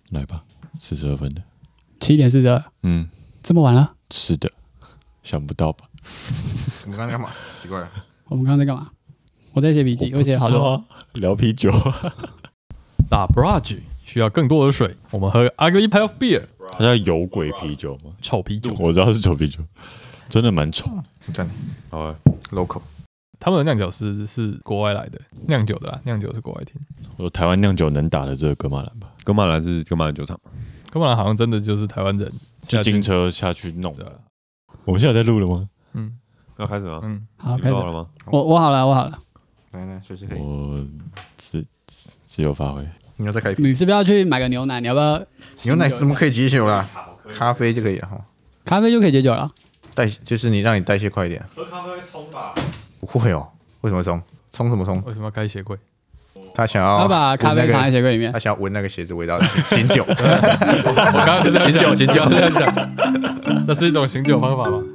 来吧，42分的 7:42。这么晚了？ 是的，想不到吧？ 我们刚才干嘛？奇怪了， 我们刚刚在干嘛？我在写笔记，我写好多。 聊啤酒。 打 Barrage 需要更多的水，我们喝 Ugly Pile of Beer， 它叫有鬼啤酒吗？ 臭啤酒。 我知道是臭啤酒，真的蛮臭。 真的好啊 ，local。 他们的酿酒师是国外来的，酿酒的啦，酿酒是国外听。 我说台湾酿酒能打的只有噶玛兰吧？ 噶玛兰是噶玛兰酒厂， 哥本兰好像真的就是台湾人就金车下去弄的。 我们现在在录了吗？ 要开始吗？ 好，开始了吗？ 我好了。 来，随时可以。 我自由发挥。 你要再开一瓶你是不是要去买个牛奶？你要不要？ 牛奶怎么可以解酒啦？咖啡就可以了哈。 咖啡就可以解酒了。 就是让你代谢快一点。 喝咖啡会冲吧？ 不会哦，为什么冲？冲什么冲？ 为什么要开鞋柜？ 他想要把咖啡藏在鞋柜里面， 他想要闻那个鞋子味道，醒酒。 我刚刚是在醒酒，这是一种醒酒方法吗？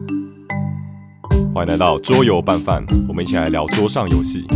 欢迎来到桌游拌饭，我们一起来聊桌上游戏。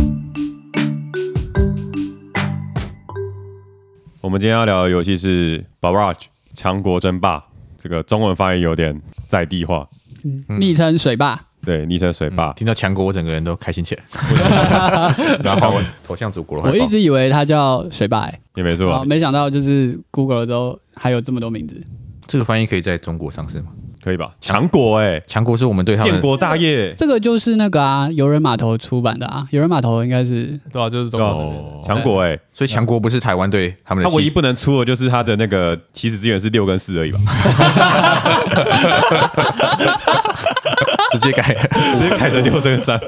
我们今天要聊的游戏是 Barrage 强国争霸，这个中文发音有点在地化， 昵称水坝。 对，昵称水坝。 听到强国，我整个人都开心起来。然后投向祖国了。 我一直以为它叫水坝， 也没错， 没想到就是 Google 了之后还有这么多名字。 这个翻译可以在中国上市吗？ 可以吧？强国强国是我们对他们建国大业。 这个就是那个邮人码头出版的邮人码头应该是对啊，就是中国强国所以强国不是台湾对他们的。 他唯一不能出的就是他的那个起始资源是6跟4而已吧？ 直接改成6跟3。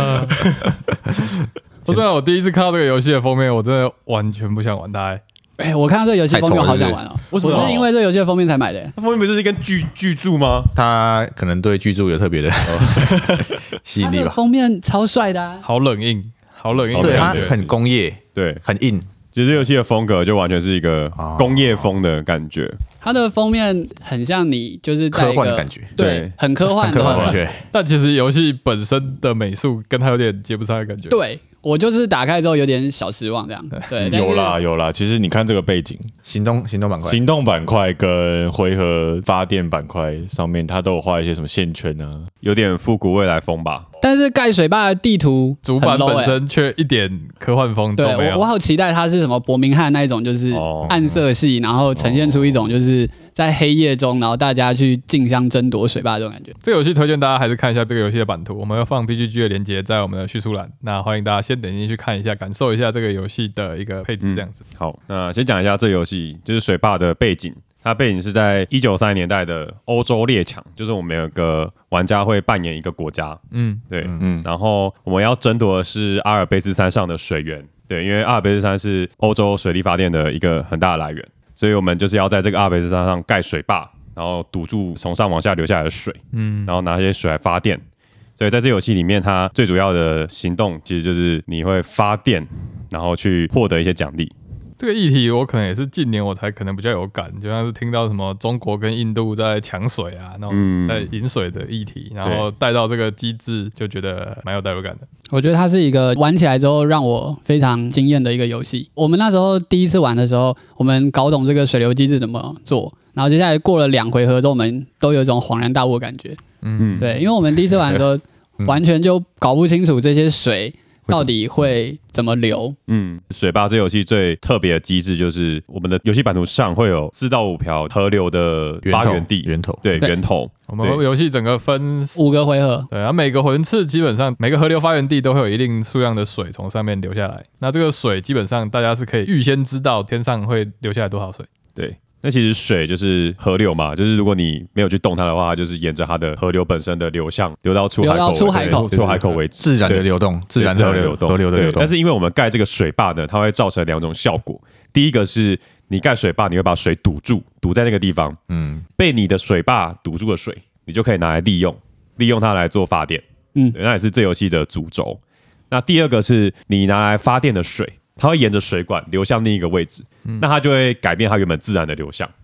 说真的，我第一次看到这个游戏的封面，我真的完全不想玩它。 我看到这个游戏封面，我好想玩哦。 为什么？ 我是因为这个游戏的封面才买的。 它封面不是一根巨柱吗？ 他可能对巨柱有特别的吸引力吧。 封面超帅的， 好冷硬。 对，它很工业， 对， 很硬。 其实这游戏的风格就完全是一个工业风的感觉。 它的封面很像你就是在科幻的感觉， 对，很科幻的感觉。 但其实游戏本身的美术跟它有点接不上的感觉。 对，我就是打开之后有点小失望这样。对， 有啦。其实你看这个背景， 行动板块跟回合发电板块上面，它都有画一些什么线圈啊， 有点复古未来风吧。 但是盖水坝的地图主板本身却一点科幻风都没有。 我好期待它是什么伯明翰那一种，就是暗色系，然后呈现出一种就是在黑夜中，然后大家去竞相争夺水坝这种感觉。 这个游戏推荐大家还是看一下这个游戏的版图，我们要放 BGG 的连结在我们的叙述栏，那欢迎大家先点进去看一下，感受一下这个游戏的一个配置这样子。 好，那先讲一下这游戏就是水坝的背景。它背景是在1930年代的欧洲列强，就是我们有个玩家会扮演一个国家，然后我们要争夺的是阿尔卑斯山上的水源，对，因为阿尔卑斯山是欧洲水力发电的一个很大的来源，所以我们就是要在这个阿尔卑斯山上盖水坝，然后堵住从上往下流下来的水，然后拿这些水来发电。所以在这游戏里面，它最主要的行动其实就是你会发电，然后去获得一些奖励。 这个议题我可能也是近年我才可能比较有感，就像是听到什么中国跟印度在抢水啊，那种在饮水的议题，然后带到这个机制，就觉得蛮有代入感的。 我觉得它是一个玩起来之后让我非常惊艳的一个游戏。我们那时候第一次玩的时候，我们搞懂这个水流机制怎么做，然后接下来过了2回合之后，我们都有一种恍然大悟的感觉。对，因为我们第一次玩的时候，完全就搞不清楚这些水到底会怎么流？ 水坝这游戏最特别的机制就是我们的游戏版图上会有4到5条河流的发源地源头。 我们游戏整个分 5个回合， 对，然后每个轮次基本上每个河流发源地都会有一定数量的水从上面流下来。那这个水基本上大家是可以预先知道天上会流下来多少水。 对。那其实水就是河流嘛，就是如果你没有去动它的话，就是沿着它的河流本身的流向流到出海口为止， 自然的流动，自然的流动，河流的流动。 但是因为我们盖这个水坝呢，它会造成2种效果。第一个是你盖水坝，你会把水堵住，堵在那个地方，被你的水坝堵住的水，你就可以拿来利用它来做发电，那也是这游戏的主轴。那第二个是你拿来发电的水，它会沿着水管流向另一个位置，那它就会改变它原本自然的流向。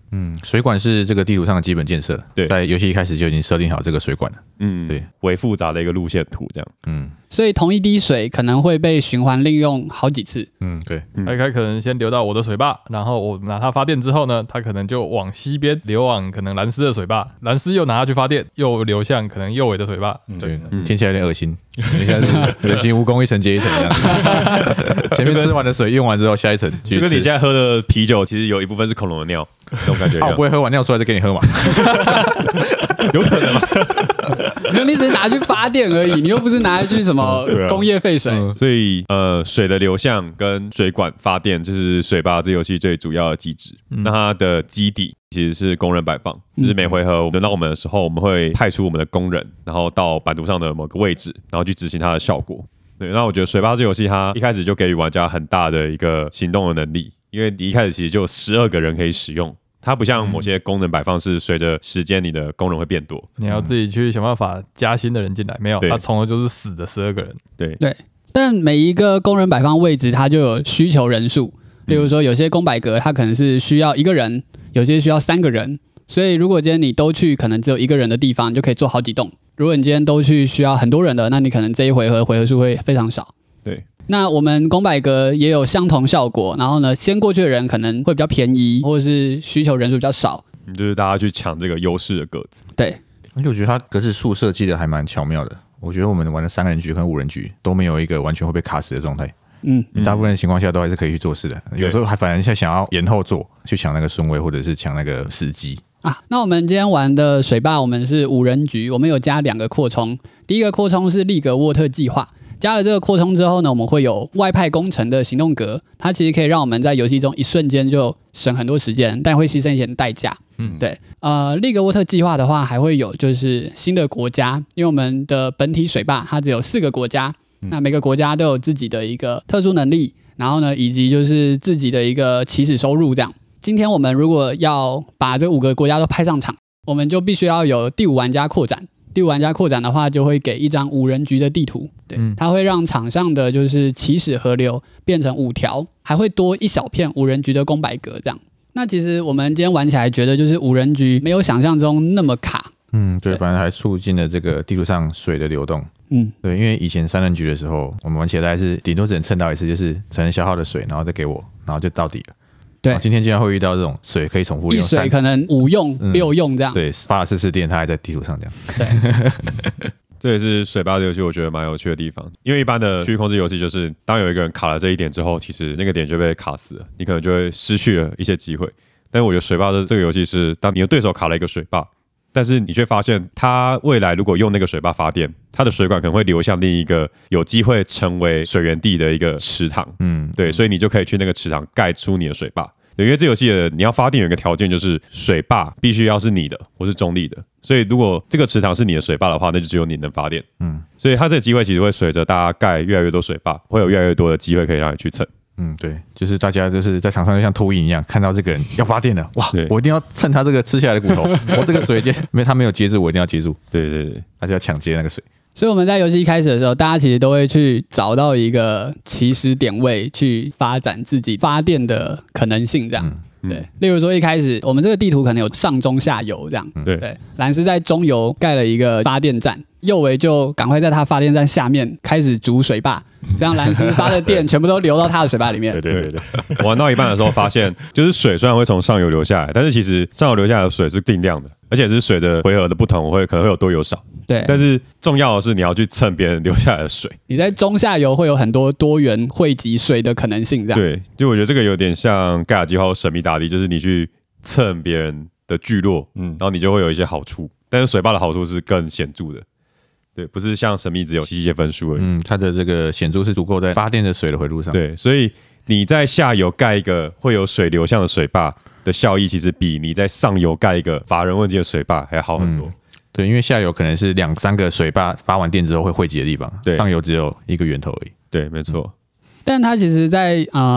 水管是这个地图上的基本建设， 对， 在游戏一开始就已经设定好这个水管了。对， 微复杂的一个路线图这样。 所以同一滴水可能会被循环利用好几次。 对， 它可能先流到我的水坝，然后我拿它发电之后呢，它可能就往西边流往可能蓝斯的水坝，蓝斯又拿它去发电，又流向可能右尾的水坝。 对，听起来有点恶心，你像人形蜈蚣一层接一层一样。前面吃完的水用完之后，下一层就跟你现在喝的啤酒，其实有一部分是恐龙的尿，那种感觉。 我不会喝完尿出来再给你喝嘛？ 有可能吗？ 你只是拿去发电而已，你又不是拿去什么工业废水。 所以水的流向跟水管发电，就是水坝这游戏最主要的机制。那它的基底其实是工人摆放，就是每回合轮到我们的时候，我们会派出我们的工人，然后到版图上的某个位置，然后去执行它的效果。对，那我觉得水坝这游戏它一开始就给予玩家很大的一个行动的能力，因为你一开始其实就有12个人可以使用。它不像某些功能摆放是随着时间你的工人会变多， 你要自己去想办法加新的人进来，没有，它从头就是死的12个人。 对，但每一个工人摆放位置它就有需求人数，例如说有些工摆格它可能是需要1个人，有些需要3个人，所以如果今天你都去可能只有1个人的地方，你就可以做好几栋。如果你今天都去需要很多人的，那你可能这一回合数会非常少。 对。 那我们工摆格也有相同效果，然后呢，先过去的人可能会比较便宜，或者是需求人数比较少， 就是大家去抢这个优势的格子。 对， 而且我觉得它格式数设计的还蛮巧妙的。我觉得我们玩的3人局和5人局都没有一个完全会被卡死的状态。大部分的情况下都还是可以去做事的，有时候还反而想要延后做，去抢那个顺位或者是抢那个时机。 那我们今天玩的水坝，我们是5人局，我们有加2个扩充。第一个扩充是利格沃特计划。加了这个扩充之后呢，我们会有外派工程的行动格，它其实可以让我们在游戏中一瞬间就省很多时间，但会牺牲一些代价。对。利格沃特计划的话，还会有就是新的国家，因为我们的本体水坝它只有4个国家，那每个国家都有自己的一个特殊能力，然后呢，以及就是自己的一个起始收入这样。今天我们如果要把这5个国家都派上场，我们就必须要有第5玩家扩展。第5玩家扩展的话，就会给一张5人局的地图，对，它会让场上的就是起始河流变成5条，还会多一小片5人局的公摆格这样。那其实我们今天玩起来觉得就是5人局没有想象中那么卡， 对，反正还促进了这个地图上水的流动。对，因为以前3人局的时候，我们玩起来大概是顶多只能蹭到一次，就是承认消耗的水，然后再给我，然后就到底了。对，今天竟然会遇到这种水可以重复利用， 一水可能5用、6用这样。 对，发了4次电，它还在地图上这样。 对， 这也是水坝的游戏我觉得蛮有趣的地方，因为一般的区域控制游戏就是当有一个人卡了这一点之后，其实那个点就被卡死了，你可能就会失去了一些机会。但我觉得水坝的这个游戏是，当你的对手卡了一个水坝，但是你却发现他未来如果用那个水坝发电，他的水管可能会流向另一个有机会成为水源地的一个池塘。对，所以你就可以去那个池塘盖出你的水坝。因为这游戏的你要发电有一个条件，就是水坝必须要是你的或是中立的，所以如果这个池塘是你的水坝的话，那就只有你能发电。所以它这个机会其实会随着大家盖越来越多水坝，会有越来越多的机会可以让你去蹭。 对，就是大家就是在场上就像秃鹰一样，看到这个人要发电了，哇，我一定要蹭他这个吃下来的骨头，我这个水他没有接住，我一定要接住。对，大家要抢接那个水。 所以我们在游戏一开始的时候，大家其实都会去找到一个起始点位，去发展自己发电的可能性，这样。对，例如说一开始我们这个地图可能有上中下游这样。对，蓝斯在中游盖了一个发电站，右维就赶快在他发电站下面开始筑水坝，这样蓝斯发的电全部都流到他的水坝里面。 对，玩到一半的时候发现，就是水虽然会从上游流下来，但是其实上游流下来的水是定量的，而且是水的回合的不同，可能会有多有少。 对， 但是重要的是你要去蹭别人流下来的水。 你在中下游会有很多多元汇集水的可能性，这样。 对，就我觉得这个有点像盖亚计划或神秘大地，就是你去蹭别人的聚落，然后你就会有一些好处，但是水坝的好处是更显著的。对，不是像神秘只有一些分数而已。 它的这个显著是足够在发电的水的回路上。 对，所以你在下游盖一个会有水流向的水坝的效益，其实比你在上游盖一个乏人问津的水坝还好很多。 对，因为下游可能是2-3个水坝发完电之后会汇集的地方，上游只有一个源头而已。 对，没错。 但它其实在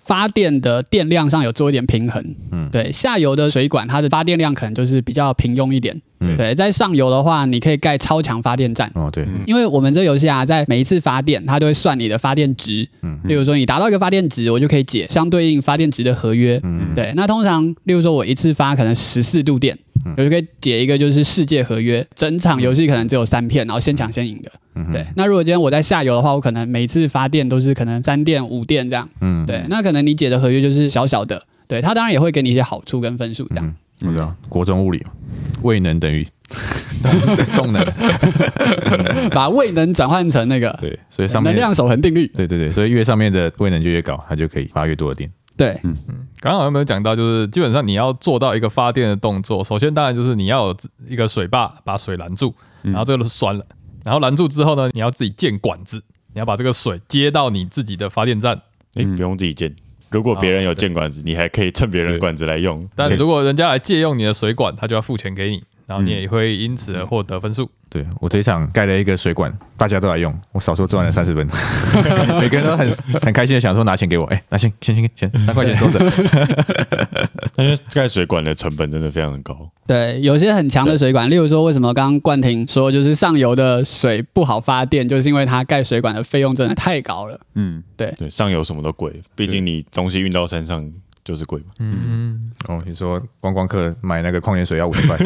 发电的电量上有做一点平衡。对，下游的水管它的发电量可能就是比较平庸一点。对，在上游的话，你可以盖超强发电站。 对， 因为我们这游戏啊，在每一次发电，它都会算你的发电值。例如说你达到一个发电值，我就可以解相对应发电值的合约。对，那通常例如说我一次发可能14度电，我就可以解一个就是世界合约，整场游戏可能只有3片，然后先抢先赢的。对，那如果今天我在下游的话，我可能每次发电都是可能3电5电这样。对，那可能你解的合约就是小小的。对，它当然也会给你一些好处跟分数这样。 我知道，国中物理，位能等于动能， 把位能转换成那个对，所以上面能量守恒定律。 对，所以越上面的位能就越高，它就可以发越多的电。 对， 刚刚有没有讲到，就是基本上你要做到一个发电的动作，首先当然就是你要有一个水坝把水拦住，然后这个栓了，然后拦住之后呢，你要自己建管子，你要把这个水接到你自己的发电站。 不用自己建。如果别人有建管子，你还可以趁别人的管子来用。 但如果人家来借用你的水管，他就要付钱给你，然后你也会因此而获得分数。 对，我这一场盖了一个水管，大家都来用，我少说赚了30分，每个人都很开心的想说拿钱给我，那先3块钱收着。 因为盖水管的成本真的非常的高。 对，有些很强的水管，例如说为什么刚刚冠廷说就是上游的水不好发电，就是因为它盖水管的费用真的太高了。对， 上游什么都贵，毕竟你东西运到山上就是贵嘛。 你说观光客买那个矿泉水要50块，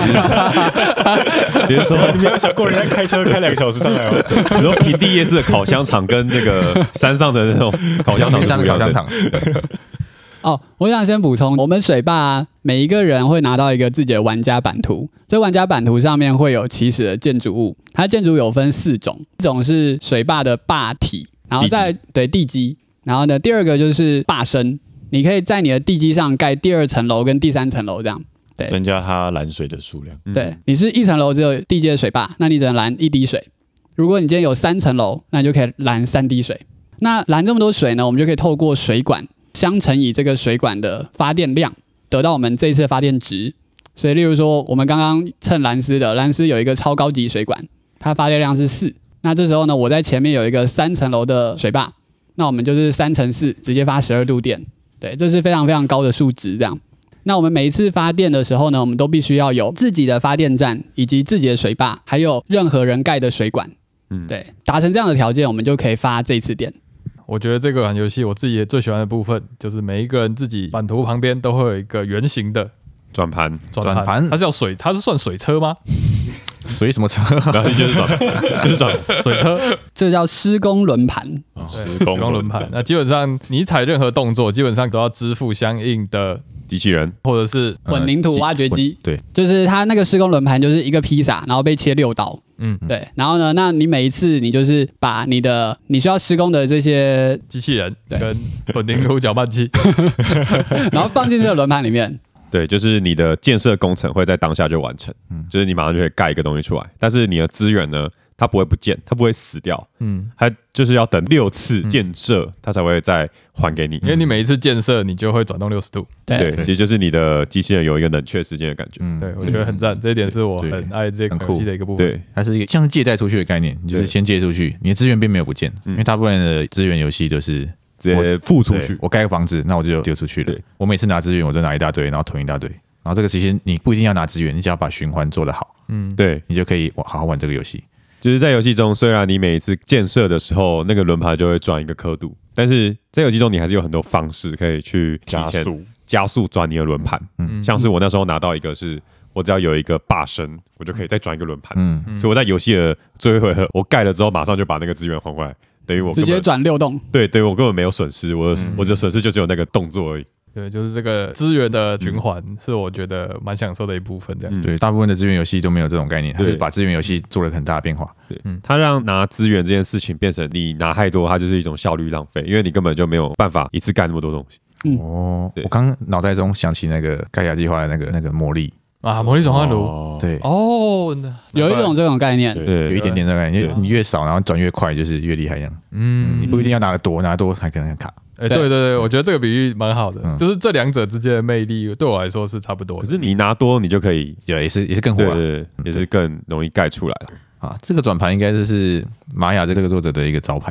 你是说你没有想过人家开车开2个小时上来吗？ 你说平地夜市的烤香肠跟那个山上的那种烤香肠是不一样的。 我想先补充，我们水坝每一个人会拿到一个自己的玩家版图，这玩家版图上面会有起始的建筑物，它建筑有分4种，一种是水坝的坝体，然后地基，然后呢第二个就是坝身，你可以在你的地基上盖第2层楼跟第3层楼这样。对， 增加它拦水的数量。 对，你是1层楼只有地基的水坝，那你只能拦1滴水。如果你今天有3层楼，那你就可以拦3滴水。那拦这么多水呢，我们就可以透过水管相乘以这个水管的发电量，得到我们这一次的发电值。所以例如说我们刚刚称兰斯有一个超高级水管，它发电量是4，那这时候呢我在前面有一个3层楼的水坝，那我们就是3乘4直接发12度电。对，这是非常非常高的数值这样。那我们每一次发电的时候呢，我们都必须要有自己的发电站，以及自己的水坝，还有任何人盖的水管。对，达成这样的条件，我们就可以发这一次电。 我觉得这个游戏我自己也最喜欢的部分，就是每一个人自己版图旁边都会有一个圆形的转盘， 它叫水，它是算水车吗？ 水什么车？ 然后就是转水车， 这叫施工轮盘。 施工轮盘。那基本上你踩任何动作，基本上都要支付相应的机器人或者是混凝土挖掘机。 对， 就是它那个施工轮盘就是一个披萨，然后被切6刀。对，然后呢，那你每一次你就是把你需要施工的这些机器人跟混凝土搅拌机， 然后放进这个轮盘里面。 对，就是你的建设工程会在当下就完成，就是你马上就可以盖一个东西出来。但是你的资源呢，它不会不见，它不会死掉，它就是要等6次建设，它才会再还给你。 因为你每一次建设，你就会转动60度。 对， 其实就是你的机器人有一个冷却时间的感觉。 对，我觉得很赞，这一点是我很爱这个游戏的一个部分。 对， 它是一个像是借贷出去的概念，你就是先借出去，你的资源并没有不见，因为大部分的资源游戏都是直接付出去。 我盖个房子，那我就丢出去了。我每次拿资源，我都拿一大堆，然后囤一大堆。然后这个其实你不一定要拿资源，你只要把循环做得好， 对， 你就可以好好玩这个游戏。 就是在游戏中，虽然你每一次建设的时候，那个轮盘就会转一个刻度，但是在游戏中你还是有很多方式可以去加速转你的轮盘。像是我那时候拿到一个是，我只要有一个坝身，我就可以再转一个轮盘。所以我在游戏的最后一回合，我盖了之后，马上就把那个资源还回来，等于我直接转6栋。 对，等于我根本没有损失，我的损失就只有那个动作而已。 对，就是这个资源的循环是我觉得蛮享受的一部分。这样， 对，大部分的资源游戏都没有这种概念，它是把资源游戏做了很大的变化。 对，它让拿资源这件事情变成你拿太多，它就是一种效率浪费，因为你根本就没有办法一次干那么多东西。 我刚脑袋中想起那个盖亚计划的那个魔力啊，魔力转换炉。 对， 有一种这种概念， 对，有一点点的概念，你越少，然后转越快，就是越厉害一样。你不一定要拿得多，拿得多还可能很卡。 对，我觉得这个比喻蛮好的，就是这两者之间的魅力对我来说是差不多的。 可是你拿多，你就可以也是更火， 对，也是更容易盖出来了。 这个转盘应该就是玛雅这个作者的一个招牌吧？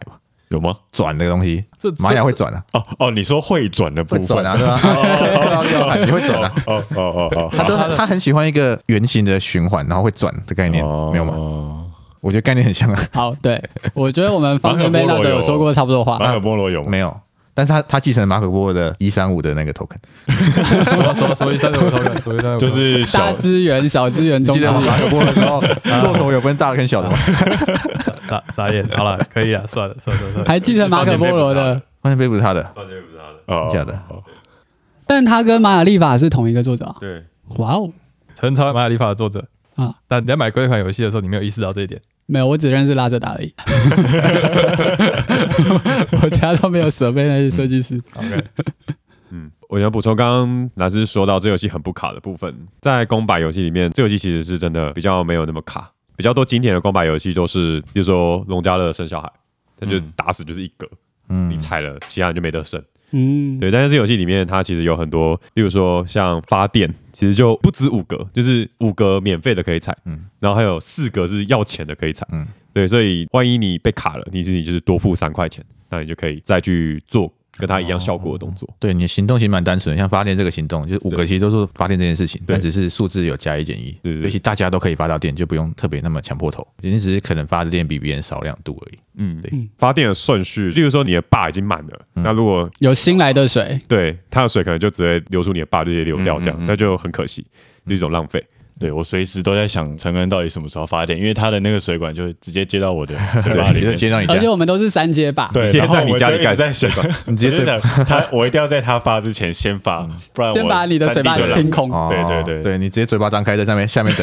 有吗？ 转的东西，玛雅会转啊。 哦，你说会转的部分， 会转啊，对吧？你会转啊。他很喜欢一个圆形的循环，然后会转的概念，没有吗？我觉得概念很像啊。 好，对，我觉得我们方便杯那时候有说过差不多话。 马可波罗有吗？ 没有，但是他继承了马可波罗的135的那个 token。 什么135 token？ 就是大资源、小资源、中资源。 马可波罗的时候，骆驼有分大的跟小的吗？ 傻眼，好了，可以了，算了。 还继承马可波罗的， 方便杯不是他的，假的。 但他跟玛雅历法是同一个作者啊。 对， 哇哦， 陈超玛雅历法的作者啊， 但你在买这款游戏的时候，你没有意识到这一点。 没有，我只认识拉泽达而已。我家都没有设备那些设计师。 OK， 我想补充，刚刚老师说到这游戏很不卡的部分，在公版游戏里面，这游戏其实是真的比较没有那么卡。比较多经典的公版游戏都是，比如说农家乐生小孩，他就打死就是一格，你踩了，其他人就没得胜。对，但是这游戏里面它其实有很多，例如说像发电，其实就不止5格，就是5格免费的可以踩，然后还有4格是要钱的可以踩，对，所以万一你被卡了，你就是多付3块钱，那你就可以再去做跟它一样效果的动作。 对，你的行动其实蛮单纯的，像发电这个行动，就是5格其实都是发电这件事情，但只是数字有加1减1， 对， 尤其大家都可以发到电，就不用特别那么强迫头，你只是可能发的电比别人少2度而已。对， 发电的顺序，例如说你的坝已经满了，那如果有新来的水， 对它的水可能就直接流出你的坝，就直接流掉，这样那就很可惜，是一种浪费。 对，我随时都在想陈恩到底什么时候发电，因为他的那个水管就直接接到我的嘴巴里面， 接到你家， 而且我们都是3接坝， 对， 直接在你家里盖在水管， 你直接我一定要在他发之前先发，不然我先把你的水坝清空。 对， 你直接嘴巴张开在下面等。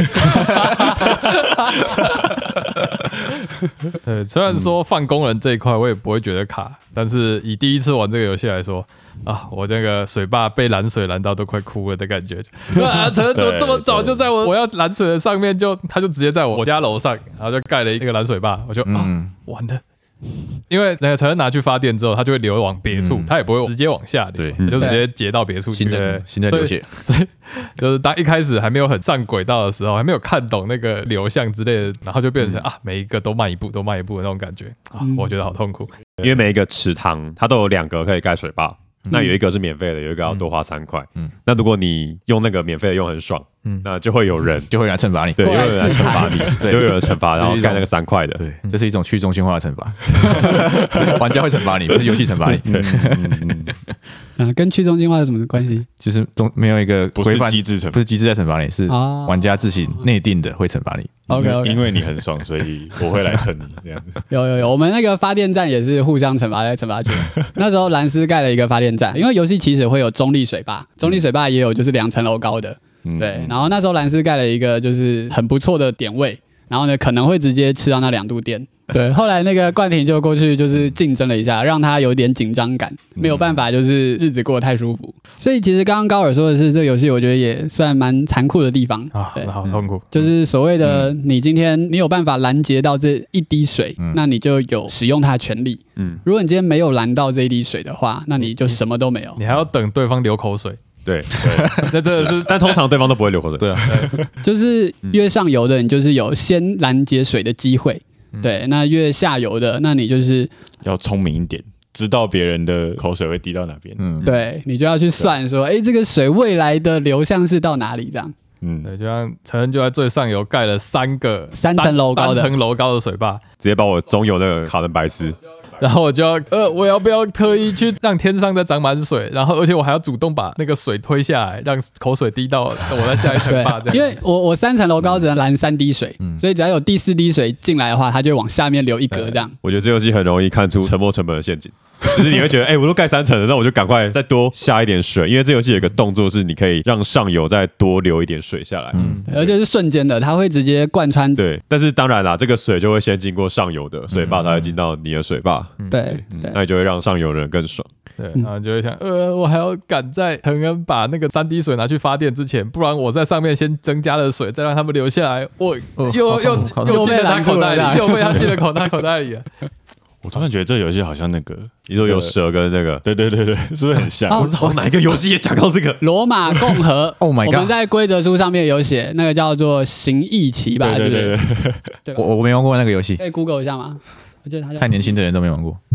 对，虽然说放工人这一块我也不会觉得卡，但是以第一次玩这个游戏来说啊，我那个水坝被拦水拦到都快哭了的感觉。啊，陈怎么这么早就在我要拦水的上面他就直接在我家楼上，然后就盖了一个拦水坝，我就完了。因为那个陈恩拿去发电之后，它就会流往别处，它也不会直接往下流，就直接截到别处去。 新的流血， 对，就是当一开始还没有很上轨道的时候，还没有看懂那个流向之类的，然后就变成每一个都慢一步，都慢一步的那种感觉啊，我觉得好痛苦。 因为每一个池塘它都有2格可以盖水坝。那有一个是免费的，有一个要多花3块。那如果你用那个免费的用很爽，那就会有人来惩罚你， 对，就会有人来惩罚你，就会有人惩罚，然后盖那个3块的， 对，这是一种去中心化的惩罚。玩家会惩罚你，不是游戏惩罚你。 对，跟去中心化有什么关系？ 就是没有一个规范机制， 不是机制在惩罚你，是玩家自行内定的会惩罚你。 OK， 因为你很爽，所以我会来惩你这样子。 有，我们那个发电站也是互相惩罚在惩罚区。那时候蓝斯盖了一个发电站，因为游戏起始会有中立水坝，中立水坝也有就是2层楼高的，对。然后那时候蓝斯盖了一个就是很不错的点位，然后呢可能会直接吃到那2度电。对，后来那个冠廷就过去就是竞争了一下，让他有点紧张感，没有办法就是日子过得太舒服。所以其实刚刚高尔说的是，这个游戏我觉得也算蛮残酷的地方啊，好痛苦。 就是所谓的你今天你有办法拦截到这一滴水，那你就有使用它的权利。如果你今天没有拦到这一滴水的话，那你就什么都没有， 你还要等对方流口水。 对， 这真的是， 但通常对方都不会流口水。 对啊， 就是越上游的你就是有先拦截水的机会。对，那越下游的，那你就是要聪明一点，知道别人的口水会滴到哪边。 对，你就要去算说，这个水未来的流向是到哪里这样。 对，就像陈恩就在最上游盖了3 层楼高的水坝， 直接把我中游那个卡成白痴。 然后我就要我要不要特意去让天上再长满水？然后而且我还要主动把那个水推下来，让口水滴到我在下一层坝这样。 因为我3层楼高只能拦3滴水，所以只要有第4滴水进来的话，它就会往下面流1格这样。 我觉得这游戏很容易看出沉没成本的陷阱。就是你会觉得，我都盖3层了，那我就赶快再多下一点水，因为这游戏有一个动作是你可以让上游再多流一点水下来， 而且是瞬间的，它会直接贯穿。 对，但是当然啦，这个水就会先经过上游的水坝，才会进到你的水坝。 对， 那你就会让上游人更爽。 对，然后就会想，我还要赶在陈恩把那个3滴水拿去发电之前，不然我在上面先增加了水，再让他们流下来，我又进了他口袋里，又被他进了口袋里了。 我突然觉得这个游戏好像那个， 你说有蛇跟那个， 对，是不是很像？ 不知道哪一个游戏也讲到这个罗马共和。 Oh my god！ 我们在规则书上面有写，那个叫做行义旗吧，对不对？ 我没玩过那个游戏， 可以 Google 一下吗？我记得它叫太年轻的人都没玩过。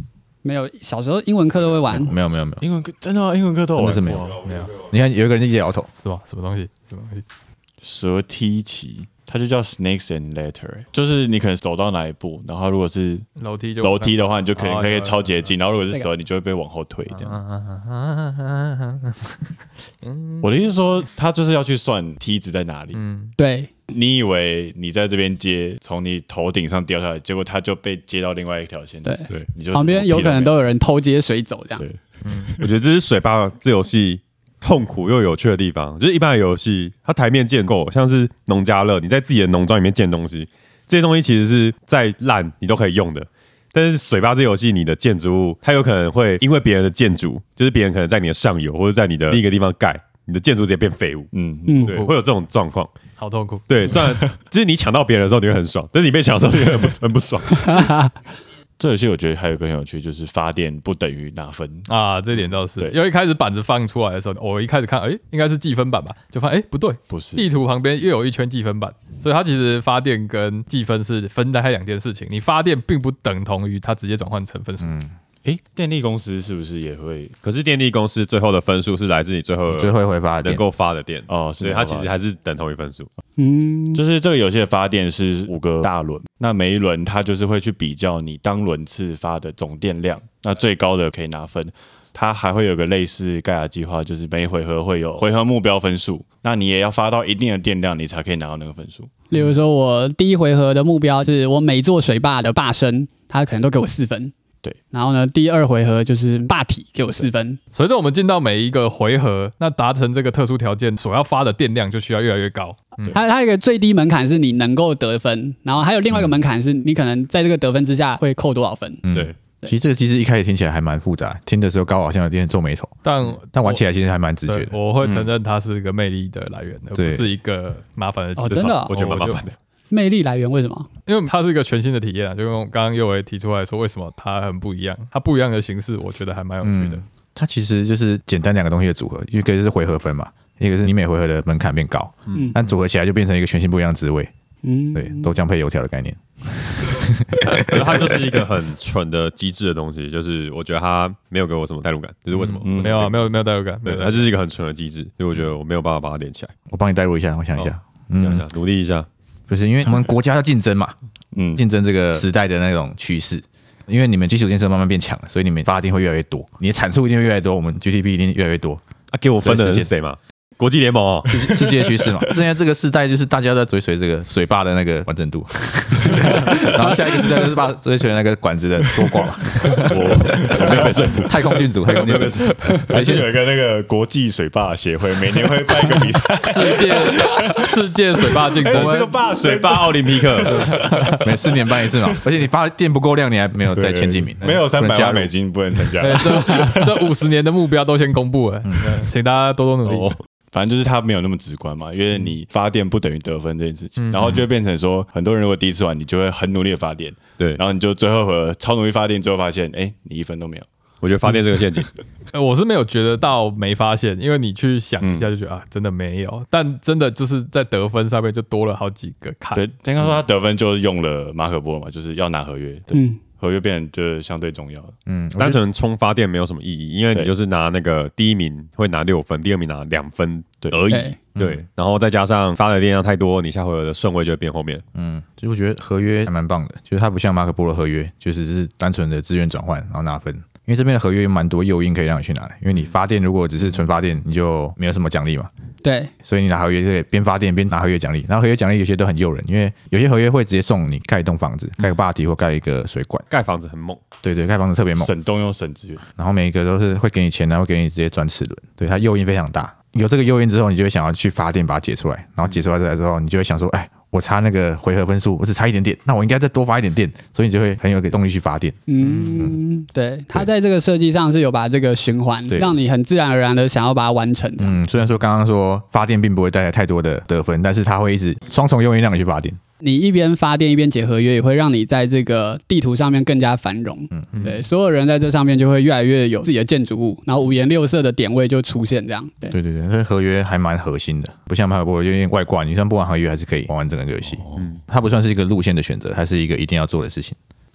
没有，小时候英文课都会玩。 没有， 英文课真的吗？英文课都有玩， 真的是没有。你看有一个人一直摇头， 是吧？什么东西？ 蛇梯棋，它就叫 Snakes and Ladder， 就是你可能走到哪一步，然后如果是楼梯的话，你就可以超捷径，然后如果是蛇，你就会被往后推这样。我的意思是说，他就是要去算梯子在哪里。 对。 你以为你在这边接，从你头顶上掉下来，结果他就被接到另外一条线。对，你就旁边有可能都有人偷接水走这样。 对， 我觉得这是水坝这游戏痛苦又有趣的地方。就是一般的游戏，它台面建构像是农家乐，你在自己的农庄里面建东西，这些东西其实是再烂你都可以用的。但是水坝这游戏，你的建筑物它有可能会因为别人的建筑，就是别人可能在你的上游或者在你的另一个地方盖，你的建筑直接变废物。对，会有这种状况。 好痛苦。 对，虽然就是你抢到别人的时候你会很爽，但是你被抢的时候你会很不爽。 这游戏我觉得还有一个很有趣，就是发电不等于拿分啊，这点倒是。因为一开始板子放出来的时候，我一开始看，应该是计分板吧，就发现不对， 不是， 地图旁边又有一圈计分板，所以它其实发电跟计分是分开两件事情。你发电并不等同于它直接转换成分数。 电力公司是不是也会？ 可是电力公司最后的分数是来自你最后会发的能够发的电所以它其实还是等同于分数。 就是这个游戏的发电是5个大轮，那每一轮它就是会去比较你当轮次发的总电量，那最高的可以拿分。它还会有个类似盖亚计划，就是每回合会有回合目标分数，那你也要发到一定的电量，你才可以拿到那个分数。 例如说，我第一回合的目标是我每座水坝的坝身，它可能都给我4分。 对， 然后呢，第2回合就是坝体给我4分。 随着我们进到每一个回合，那达成这个特殊条件所要发的电量就需要越来越高。 它有一个最低门槛是你能够得分，然后还有另外一个门槛是你可能在这个得分之下会扣多少分。 对。 其实这个机制一开始听起来还蛮复杂，听的时候高好像有点皱眉头，但玩起来其实还蛮直觉的。 我会承认它是一个魅力的来源，而不是一个麻烦的机制。 真的， 我觉得蛮麻烦的。 魅力来源为什么？ 因为它是一个全新的体验就用刚刚佑维提出来说，为什么它很不一样？它不一样的形式，我觉得还蛮有趣的。 它其实就是简单2个东西的组合，一个是回合分嘛，一个是你每回合的门槛变高，但组合起来就变成一个全新不一样的滋味。对，豆浆配油条的概念。 它就是一个很蠢的机制的东西，就是我觉得它没有给我什么代入感，就是为什么？ 没有代入感， 对，它就是一个很蠢的机制，所以我觉得我没有办法把它连起来。 我帮你代入一下，我想一下， 努力一下。 就是因为我们国家要竞争嘛，竞争这个时代的那种趋势。因为你们基础建设慢慢变强了，所以你们发电会越来越多，你的产出一定会越来越多，我们 GDP 一定越来越多。 给我分的人是谁嘛？国际联盟世界趋势嘛。现在这个世代就是大家在追随这个水坝的那个完整度，然后下一个世代就是追随那个管子的多寡嘛。 我没有被说服。 太空郡主， 而且有一个那个国际水坝协会，每年会办一个比赛， 世界水坝竞争， 这个水坝奥林匹克， 每4年办一次嘛。而且你发电不够量，你还没有在前几名， 没有300万美金不能参加。 这50年的目标都先公布了，请大家多多努力。 反正就是它没有那么直观嘛，因为你发电不等于得分这件事情，然后就会变成说，很多人如果第一次玩，你就会很努力的发电， 对， 然后你就最后超努力发电，最后发现，你1分都没有。 我觉得发电这个陷阱， 我是没有觉得到没发现，因为你去想一下就觉得真的没有，但真的就是在得分上面就多了好几个坎。 对，应该说他得分就用了马可波罗嘛，就是要拿合约，合约变成就是相对重要的。 单纯冲发电没有什么意义，因为你就是拿那个第1名会拿6分，第2名拿2分而已。对，然后再加上发的电量太多，你下回合的顺位就会变后面。 所以我觉得合约还蛮棒的，就是它不像马可波罗合约，就是只是单纯的资源转换然后拿分。因为这边的合约有蛮多诱因可以让你去拿的，因为你发电如果只是纯发电，你就没有什么奖励嘛。 对， 所以你拿合约是边发电边拿合约奖励，然后合约奖励有些都很诱人，因为有些合约会直接送你盖一栋房子，盖个坝体或盖一个水管， 盖房子很猛。 对，盖房子特别猛， 省动用省资源， 然后每一个都是会给你钱，然后给你直接转齿轮，对，它诱因非常大。有这个诱因之后，你就会想要去发电把它解出来，然后解出来之后，你就会想说，我差那个回合分数，我只差1点电，那我应该再多发1点电，所以你就会很有个动力去发电。 对，它在这个设计上是有把这个循环，让你很自然而然的想要把它完成的。 虽然说刚刚说发电并不会带来太多的得分，但是它会一直双重诱因让你去发电。 你一边发电一边解合约，也会让你在这个地图上面更加繁荣。对，所有人在这上面就会越来越有自己的建筑物，然后五颜六色的点位就出现这样。对， 所以合约还蛮核心的，不像马可波罗有点外挂，你虽然不玩合约还是可以玩完整个游戏。它不算是一个路线的选择，它是一个一定要做的事情。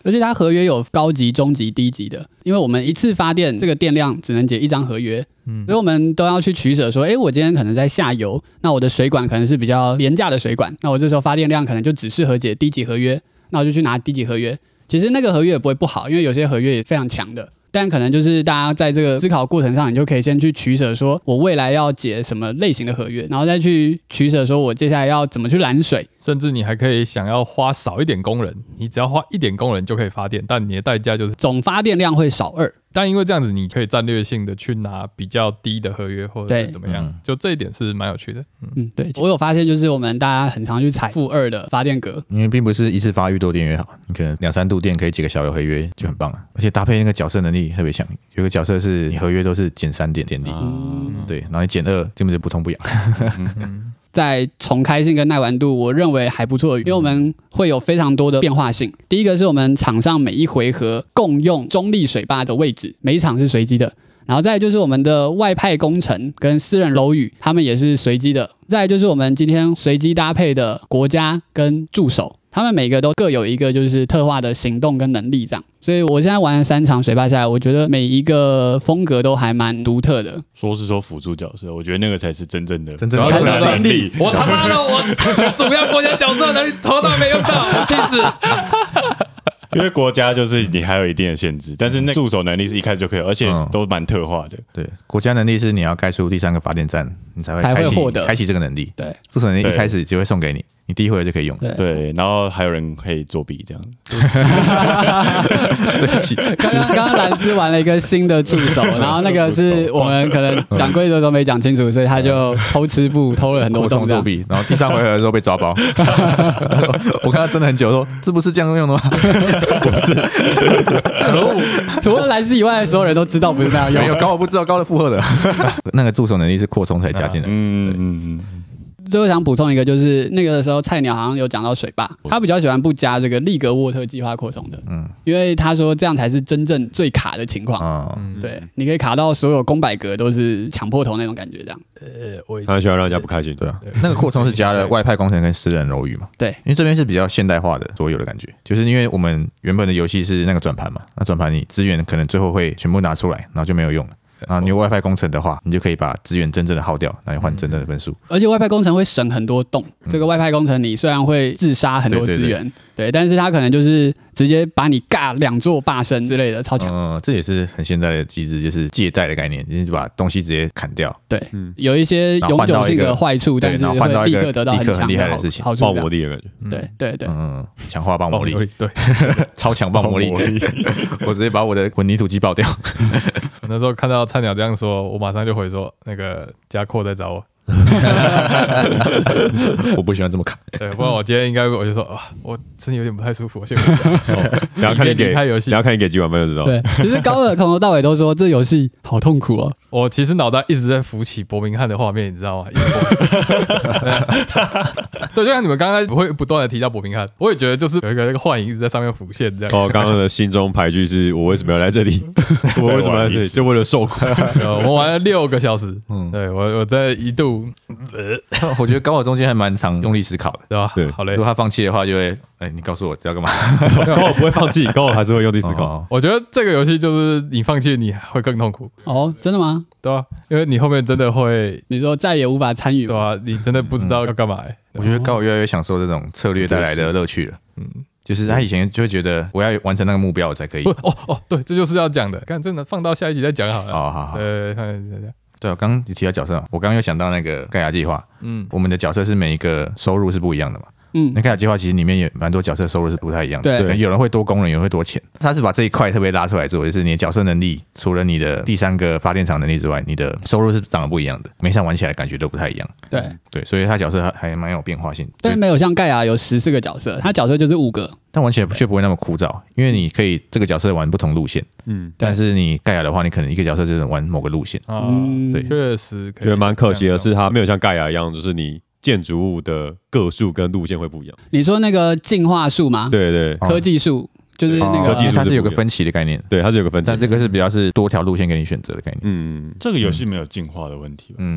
而且它合约有高级、中级、低级的，因为我们一次发电这个电量只能解一张合约，所以我们都要去取舍说，我今天可能在下游，那我的水管可能是比较廉价的水管，那我这时候发电量可能就只适合解低级合约，那我就去拿低级合约。其实那个合约也不会不好，因为有些合约也非常强的。但可能就是大家在这个思考过程上，你就可以先去取舍，说我未来要解什么类型的合约，然后再去取舍，说我接下来要怎么去拦水。 甚至你还可以想要花少一点工人，你只要花1点工人就可以发电，但你的代价就是总发电量会少2。 但因为这样子，你可以战略性的去拿比较低的合约，或者是怎么样，就这一点是蛮有趣的。 对，我有发现，就是我们大家很常去采-2的发电格， 因为并不是一次发越多电越好，你可能2-3度电可以解个小的合约就很棒了，而且搭配那个角色能力特别强，有个角色是你合约都是减3点电力，对，然后你减2，基本是不痛不痒。 在重开性跟耐玩度，我认为还不错，因为我们会有非常多的变化性。第一个是我们场上每一回合共用中立水坝的位置，每一场是随机的。然后再来就是我们的外派工程跟私人楼宇，他们也是随机的。再来就是我们今天随机搭配的国家跟助手，他们每个都各有一个就是特化的行动跟能力这样。所以我现在玩了3场水坝下来，我觉得每一个风格都还蛮独特的。 说是说辅助角色，我觉得那个才是真正的能力。我他妈的，我主要国家角色能力头都没用到，我气死！ 因为国家就是你还有一定的限制，但是那助手能力是一开始就可以，而且都蛮特化的。 对，国家能力是你要盖出第3个发电站，你才会开启这个能力。 对， 助手能力一开始就会送给你，你第一回合就可以用。 对，然后还有人可以作弊这样。 对不起， 刚刚蓝斯玩了一个新的助手，然后那个是我们可能讲规则都没讲清楚，所以他就偷吃布偷了很多洞作弊，然后第3回合的时候被抓包。我看他真的很久，说这不是这样用的吗？不是， 除了蓝斯以外，所有人都知道不是这样用。 没有高我不知道，高的负荷的。那个助手能力是扩充才加进来。 最后想补充一个，就是那个时候菜鸟好像有讲到水坝，他比较喜欢不加这个利格沃特计划扩充的，因为他说这样才是真正最卡的情况。对，你可以卡到所有公百格都是抢破头那种感觉，这样。 他喜欢让人家不开心， 对啊。那个扩充是加了外派工程跟私人楼宇嘛？ 对， 因为这边是比较现代化的所有的感觉，就是因为我们原本的游戏是那个转盘嘛，那转盘你资源可能最后会全部拿出来，然后就没有用了。然后你有外派工程的话，你就可以把资源真正的耗掉，然后换真正的分数。 而且外派工程会省很多洞。这个外派工程你虽然会自杀很多资源，对，但是它可能就是直接把你尬2座霸身之类的，超强。 这也是很现代的机制，就是借贷的概念，就是把东西直接砍掉。 对，有一些永久性的坏处，但是会立刻得到很强厉害的事情， 爆魔力的感觉。对， 强化爆魔力， 对， 超强爆魔力，我直接把我的混凝土机爆掉。 我那时候看到菜鸟这样说，我马上就回说那个加扩在找我。 我不喜欢这么卡。 对，不然我今天应该我就说我身体有点不太舒服，我先然后看你给开游戏， 然后看你给几碗饭就知道。 对，其实高尔从头到尾都说这游戏好痛苦哦。 我其实脑袋一直在浮起伯明翰的画面，你知道吗？对，就像你们刚刚会不断的提到伯明翰，我也觉得就是有一个那个幻影一直在上面浮现这样。 刚刚的心中排句是我为什么要来这里？我为什么要来这里？就为了受苦。 我玩了6个小时，对我在一度。 我觉得高考中间还蛮常用力思考的， 对吧？ 对， 好累。 如果他放弃的话，就会，你告诉我要干嘛？ 高考不会放弃，高考还是会用力思考。 我觉得这个游戏就是你放弃，你会更痛苦。 哦，真的吗？ 对啊，因为你后面真的会， 你说再也无法参与， 对啊，你真的不知道要干嘛。 我觉得高考越来越享受这种策略带来的乐趣了。就是他以前就会觉得我要完成那个目标我才可以。 对，这就是要讲的。看，真的放到下一集再讲好了。 好。 对。 对，我刚刚提到角色，我刚刚又想到那个盖亚计划。我们的角色是每一个收入是不一样的嘛。那盖亚计划其实里面有蛮多角色收入是不太一样的。对，有人会多工人，有人会多钱。他是把这一块特别拉出来做，就是你的角色能力，除了你的第3个发电厂能力之外，你的收入是长得不一样的，每场玩起来感觉都不太一样。对，所以他角色还蛮有变化性。 但是没有像盖亚有14个角色，他角色就是5个。 但玩起来却不会那么枯燥，因为你可以这个角色玩不同路线。但是你盖亚的话，你可能一个角色只能玩某个路线。 对，确实觉得蛮可惜的是，它没有像盖亚一样，就是你建筑物的个数跟路线会不一样。 你说那个进化树吗？ 对， 科技树。就是那个， 它是有个分歧的概念， 对，它是有个分歧， 但这个是比较是多条路线给你选择的概念。 这个游戏没有进化的问题吧？ 对，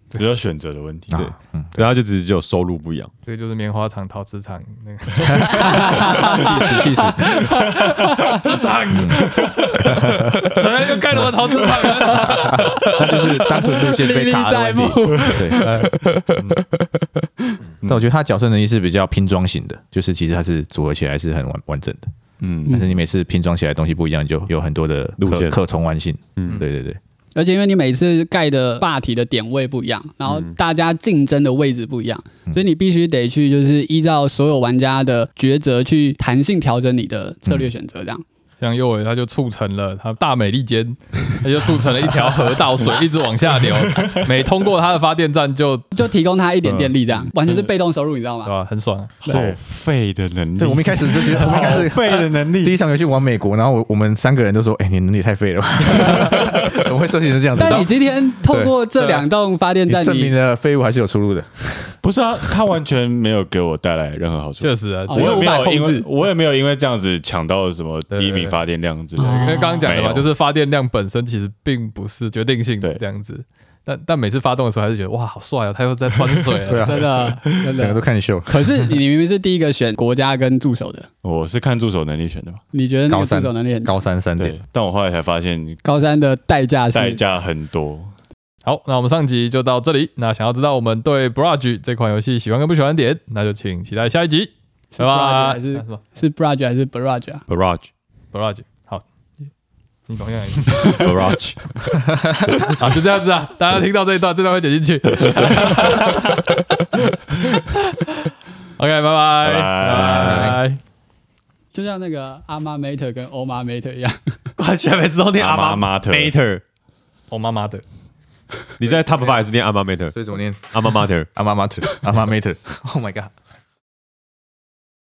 只有选择的问题。 对，对，它就只有收入不一样。 这个就是棉花厂、陶瓷厂那个。 气死！ 陶瓷厂，怎么又盖了我陶瓷厂？ 那就是单纯路线被卡的问题。对。但我觉得他角色能力是比较拼装型的，就是其实它是组合起来是很完整的。但是你每次拼装起来的东西不一样，就有很多的路线可重玩性。对对对。 而且因为你每次盖的坝体的点位不一样，然后大家竞争的位置不一样，所以你必须得去就是依照所有玩家的抉择去弹性调整你的策略选择，这样。 像右尾他就促成了他大美利坚，他就促成了一条河道，水一直往下流，每通过他的发电站就提供他一点电力，这样完全是被动收入，你知道吗？ 对吧？很爽， 好废的能力。 对，我们一开始就觉得好废的能力。 第一场游戏玩美国，然后我们3个人都说：“你能力太废了吧？”我们会设计成这样子。 但你今天透过这2栋发电站， 证明了废物还是有出路的。 不是啊，他完全没有给我带来任何好处。 确实啊， 我也没有因为这样子抢到什么第1名发电量之类的。 因为刚刚讲的嘛，就是发电量本身其实并不是决定性的这样子。但每次发动的时候还是觉得哇好帅啊，他又在穿水啊， 对啊，真的，两个都看秀。 可是你明明是第一个选国家跟助手的， 我是看助手能力选的嘛？ 你觉得那个助手能力很高3 3点？ 但我后来才发现高3的代价很多。 好，那我们上集就到这里。那想要知道我们对 Barrage 这款游戏喜欢跟不喜欢点，那就请期待下一集。拜拜。 是 Barrage 还是 Barrage 啊 ？Barrage。 好，你怎么样 ？Barrage。 好，就这样子啊！大家听到这一段会剪进去。OK， 拜拜。 就像那个阿妈 Mater 跟欧妈 Mater 一样， 我居然每次都念阿妈 Mater。 欧妈妈的， 你在 Top 5还是念阿妈 Mater？ 所以怎么念？ 阿妈 Mater， 阿妈 Mater， 阿妈 Mater。Oh my god！